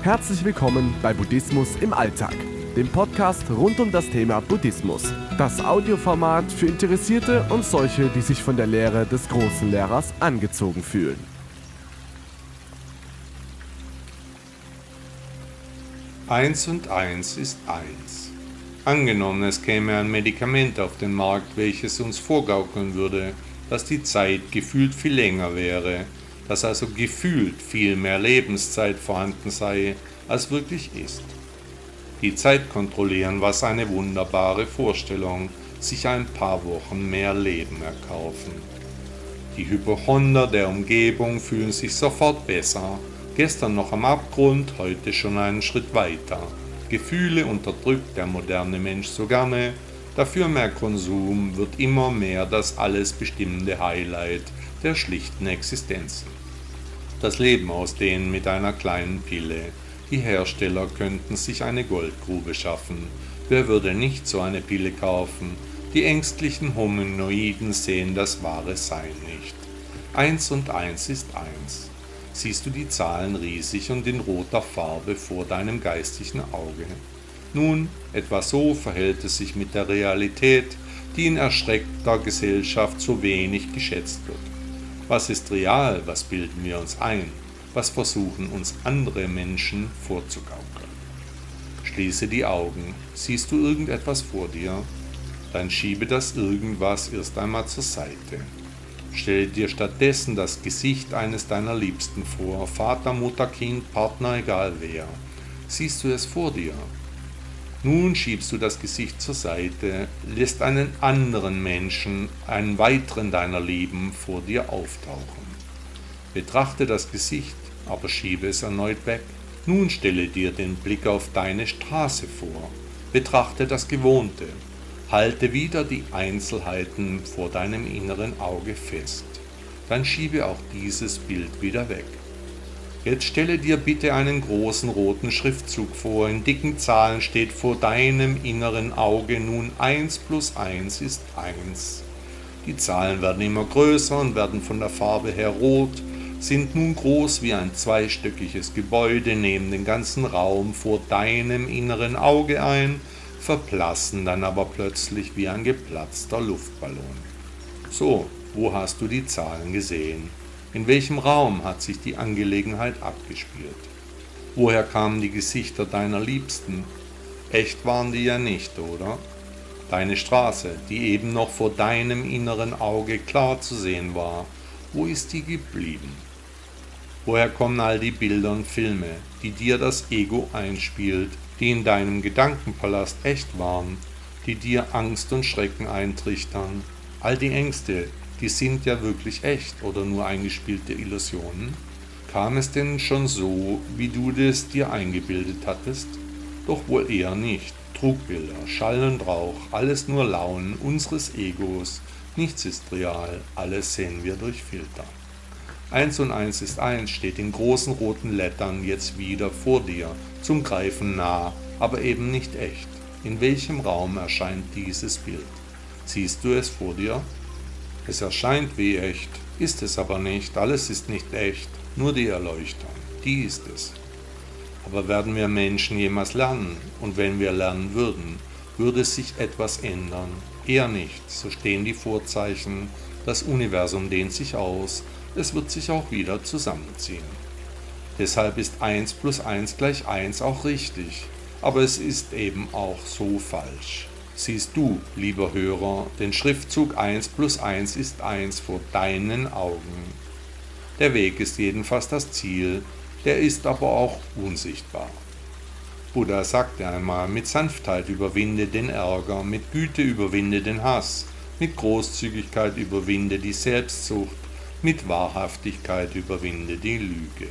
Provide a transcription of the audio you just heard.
Herzlich willkommen bei Buddhismus im Alltag, dem Podcast rund um das Thema Buddhismus. Das Audioformat für Interessierte und solche, die sich von der Lehre des großen Lehrers angezogen fühlen. Eins und eins ist eins. Angenommen, es käme ein Medikament auf den Markt, welches uns vorgaukeln würde, dass die Zeit gefühlt viel länger wäre, dass also gefühlt viel mehr Lebenszeit vorhanden sei, als wirklich ist. Die Zeit kontrollieren, was eine wunderbare Vorstellung, sich ein paar Wochen mehr Leben erkaufen. Die Hypochonder der Umgebung fühlen sich sofort besser, gestern noch am Abgrund, heute schon einen Schritt weiter. Gefühle unterdrückt der moderne Mensch so gerne, dafür mehr Konsum wird immer mehr das alles bestimmende Highlight der schlichten Existenzen. Das Leben ausdehnen mit einer kleinen Pille. Die Hersteller könnten sich eine Goldgrube schaffen. Wer würde nicht so eine Pille kaufen? Die ängstlichen Hominoiden sehen das wahre Sein nicht. Eins und eins ist eins. Siehst du die Zahlen riesig und in roter Farbe vor deinem geistigen Auge? Nun, etwa so verhält es sich mit der Realität, die in erschreckter Gesellschaft so wenig geschätzt wird. Was ist real, was bilden wir uns ein, was versuchen uns andere Menschen vorzugaukeln? Schließe die Augen, siehst du irgendetwas vor dir? Dann schiebe das Irgendwas erst einmal zur Seite. Stelle dir stattdessen das Gesicht eines deiner Liebsten vor, Vater, Mutter, Kind, Partner, egal wer. Siehst du es vor dir? Nun schiebst du das Gesicht zur Seite, lässt einen anderen Menschen, einen weiteren deiner Lieben, vor dir auftauchen. Betrachte das Gesicht, aber schiebe es erneut weg. Nun stelle dir den Blick auf deine Straße vor. Betrachte das Gewohnte. Halte wieder die Einzelheiten vor deinem inneren Auge fest. Dann schiebe auch dieses Bild wieder weg. Jetzt stelle dir bitte einen großen roten Schriftzug vor. In dicken Zahlen steht vor deinem inneren Auge nun 1 plus 1 ist 1. Die Zahlen werden immer größer und werden von der Farbe her rot, sind nun groß wie ein zweistöckiges Gebäude, nehmen den ganzen Raum vor deinem inneren Auge ein, verblassen dann aber plötzlich wie ein geplatzter Luftballon. So, wo hast du die Zahlen gesehen? In welchem Raum hat sich die Angelegenheit abgespielt? Woher kamen die Gesichter deiner Liebsten? Echt waren die ja nicht, oder? Deine Straße, die eben noch vor deinem inneren Auge klar zu sehen war, wo ist die geblieben? Woher kommen all die Bilder und Filme, die dir das Ego einspielt, die in deinem Gedankenpalast echt waren, die dir Angst und Schrecken eintrichtern? All die Ängste, die sind ja wirklich echt oder nur eingespielte Illusionen? Kam es denn schon so, wie du es dir eingebildet hattest? Doch wohl eher nicht. Trugbilder, Schall und Rauch, alles nur Launen unseres Egos. Nichts ist real, alles sehen wir durch Filter. 1 und 1 ist 1 steht in großen roten Lettern jetzt wieder vor dir, zum Greifen nah, aber eben nicht echt. In welchem Raum erscheint dieses Bild? Siehst du es vor dir? Es erscheint wie echt, ist es aber nicht, alles ist nicht echt, nur die Erleuchtung, die ist es. Aber werden wir Menschen jemals lernen? Und wenn wir lernen würden, würde sich etwas ändern? Eher nicht, so stehen die Vorzeichen, das Universum dehnt sich aus, es wird sich auch wieder zusammenziehen. Deshalb ist 1 plus 1 gleich 1 auch richtig, aber es ist eben auch so falsch. Siehst du, lieber Hörer, den Schriftzug 1 plus 1 ist 1 vor deinen Augen. Der Weg ist jedenfalls das Ziel, der ist aber auch unsichtbar. Buddha sagte einmal, mit Sanftheit überwinde den Ärger, mit Güte überwinde den Hass, mit Großzügigkeit überwinde die Selbstsucht, mit Wahrhaftigkeit überwinde die Lüge.